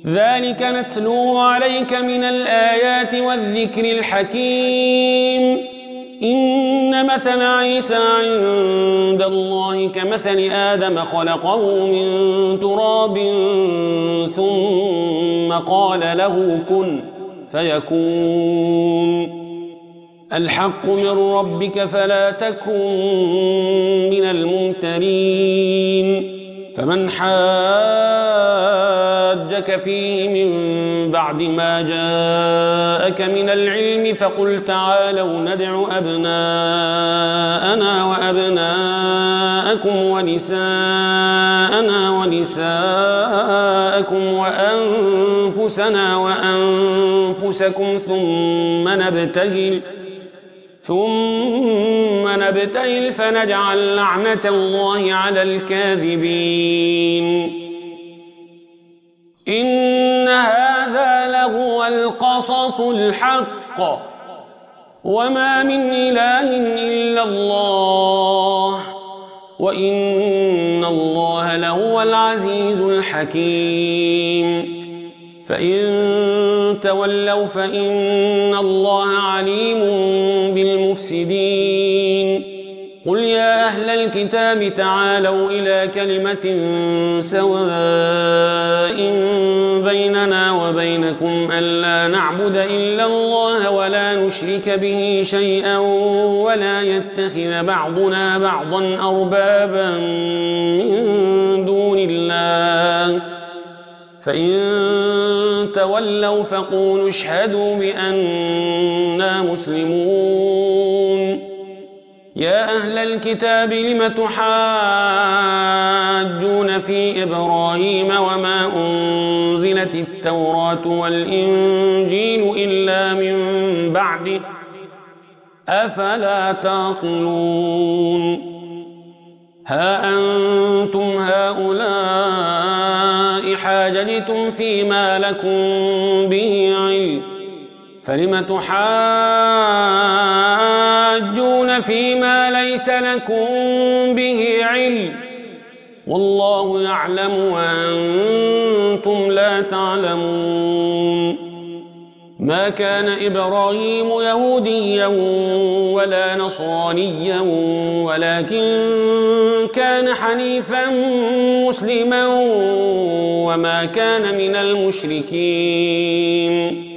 ذلك نتلوه عليك من الآيات والذكر الحكيم إن مثل عيسى عند الله كمثل آدم خلقه من تراب ثم قال له كن فيكون الحق من ربك فلا تكن من الممترين فمن حاجك فيه من بعد ما جاءك من العلم فقل تعالوا ندع أبناءنا وأبناءكم ونساءنا ونساءكم وأنفسنا وأنفسكم ثم نبتهل فنجعل لعنة الله على الكاذبين إن هذا لهو القصص الحق وما من إله إلا الله وإن الله لهو العزيز الحكيم فإن تولوا فإن الله عليم بالمفسدين قل يا أهل الكتاب تعالوا إلى كلمة سواء بيننا وبينكم ألا نعبد إلا الله ولا نشرك به شيئا ولا يتخذ بعضنا بعضا أربابا من دون الله فإن تولوا فقولوا اشهدوا بأننا مسلمون يا أهل الكتاب لم تحاجون في إبراهيم وما أنزلت التوراة والإنجيل إلا من بعده أفلا تعقلون ها أنتم هؤلاء حاججتم فيما لكم به علم فلم تحاجون فيما ليس لكم به علم والله يعلم وأنتم لا تعلمون ما كان إبراهيم يهوديا ولا نصرانيا ولكن كان حنيفا مسلما وما كان من المشركين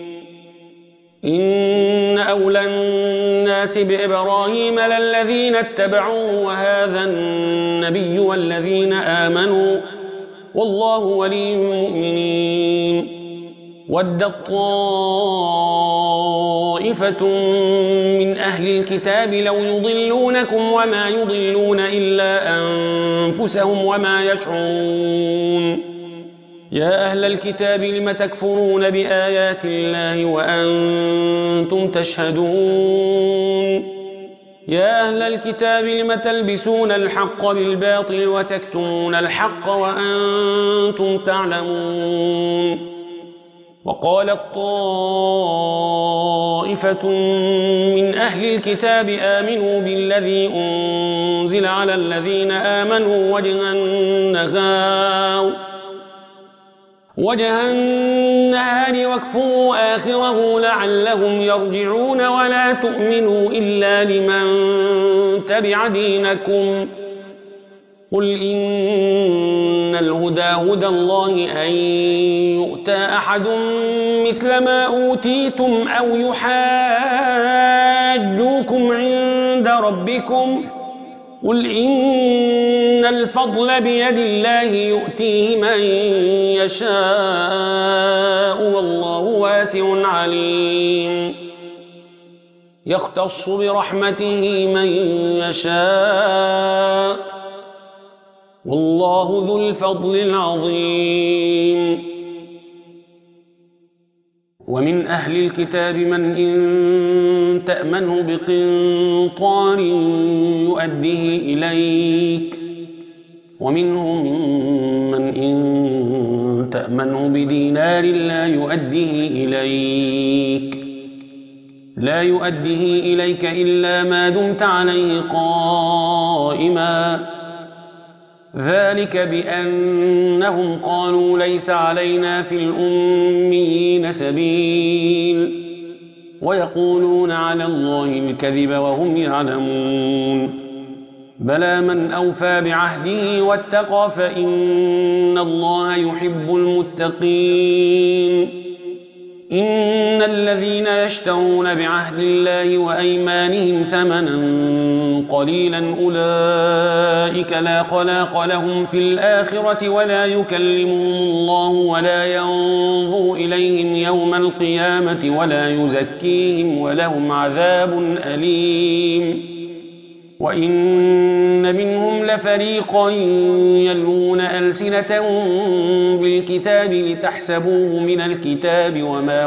إن أولى الناس بإبراهيم للذين اتبعوه وهذا النبي والذين آمنوا والله ولي المؤمنين ودت طائفة من أهل الكتاب لو يضلونكم وما يضلون إلا أنفسهم وما يشعرون يا أهل الكتاب لم تكفرون بآيات الله وأنتم تشهدون يا أهل الكتاب لم تلبسون الحق بالباطل وتكتمون الحق وأنتم تعلمون وقالت طائفة من أهل الكتاب آمنوا بالذي أنزل على الذين آمنوا وجه النهار واكفروا آخره لعلهم يرجعون ولا تؤمنوا إلا لمن تبع دينكم قل إن الهدى هدى الله أن يؤتى أحد مثل ما أوتيتم أو يحاجوكم عند ربكم قل إن الفضل بيد الله يؤتيه من يشاء والله واسع عليم يختص برحمته من يشاء والله ذو الفضل العظيم ومن أهل الكتاب من إن تأمنه بقنطار يؤديه إليك ومنهم من إن تأمنه بدينار لا يؤديه إليك إلا ما دمت عليه قائما ذلك بأنهم قالوا ليس علينا في الأميين سبيل ويقولون على الله الكذب وهم يعلمون بلى من أوفى بعهده واتقى فإن الله يحب المتقين إن الذين يشترون بعهد الله وأيمانهم ثمنا قليلا أولئك لا خلاق لهم في الآخرة ولا يكلمهم الله ولا ينظر إليهم يوم القيامة ولا يزكيهم ولهم عذاب أليم وإن منهم لفريقا يلوون ألسنتهم بالكتاب لتحسبوه من الكتاب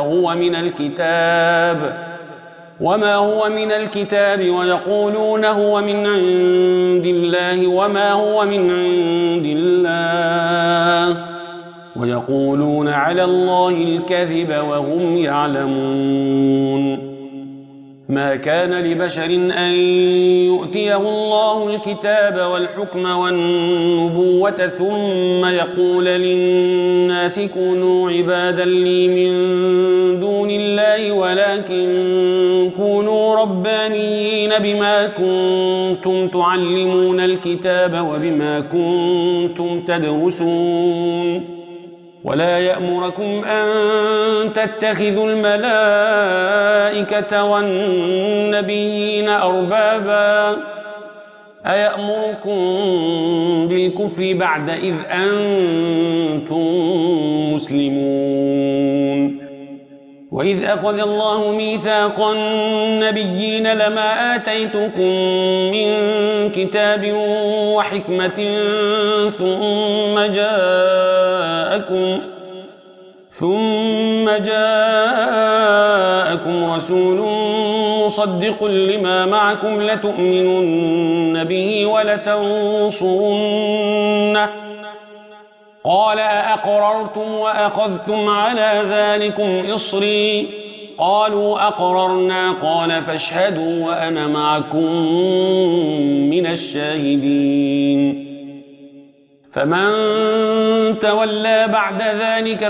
وما هو من الكتاب ويقولون هو من عند الله وما هو من عند الله ويقولون على الله الكذب وهم يعلمون ما كان لبشر أن يؤتيه الله الكتاب والحكم والنبوة ثم يقول للناس كونوا عبادا لي من دون الله ولكن كونوا ربانيين بما كنتم تعلمون الكتاب وبما كنتم تدرسون ولا يأمركم أن تتخذوا الملائكة والنبيين أربابا أيأمركم بالكفر بعد إذ أنتم مسلمون وإذ أخذ الله ميثاق النبيين لما آتيتكم من كتاب وحكمة ثم جاءكم رسول مصدق لما معكم لتؤمنن به ولتنصرنه قال أأقررتم وأخذتم على ذلكم إصري قالوا أقررنا قال فاشهدوا وأنا معكم من الشاهدين فمن تولى بعد ذلك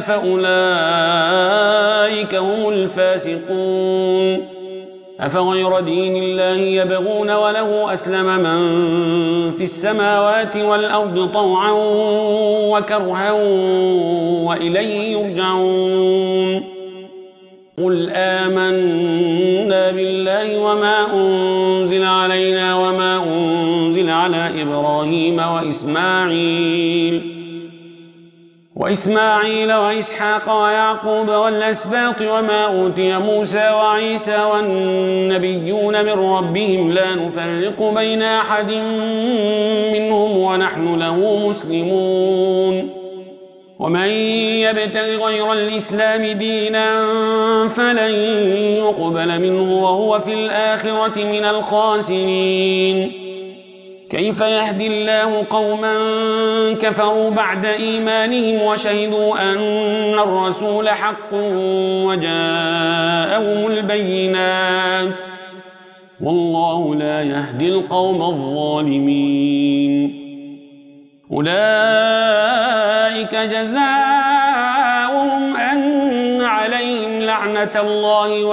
فأولئك هم الفاسقون أفغير دين الله يبغون وله أسلم من في السماوات والأرض طوعا وكرها وإليه يرجعون قل آمنا بالله وما أنزل علينا وما أنزل على إبراهيم وإسماعيل وإسحاق ويعقوب والأسباط وما أوتي موسى وعيسى والنبيون من ربهم لا نفرق بين أحد منهم ونحن له مسلمون ومن يبتغ غير الإسلام دينا فلن يقبل منه وهو في الآخرة من الخاسرين كيف يهدي الله قوما كفروا بعد إيمانهم وشهدوا أن الرسول حق وجاءهم البينات والله لا يهدي القوم الظالمين أولئك جزاؤهم أن عليهم لعنة الله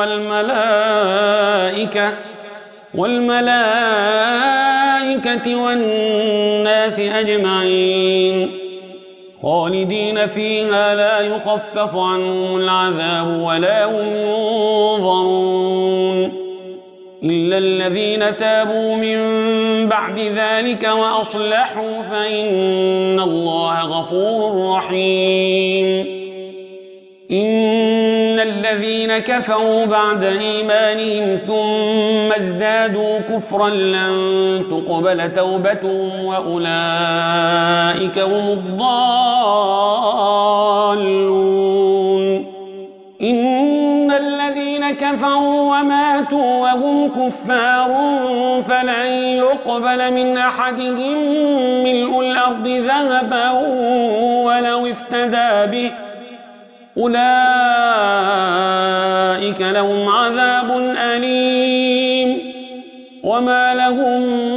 والملائكة والناس أجمعين خالدين فيها لا يخفف عنهم العذاب ولا هم ينظرون إلا الذين تابوا من بعد ذلك وأصلحوا فإن الله غفور رحيم إن الذين كفروا بعد إيمانهم ثم ازدادوا كفرا لن تقبل توبتهم وأولئك هم الضالون إن الذين كفروا وماتوا وهم كفار فلن يقبل من أحدهم ملء الأرض ذهبا ولو افتدى به أولئك لهم عذاب أليم وما لهم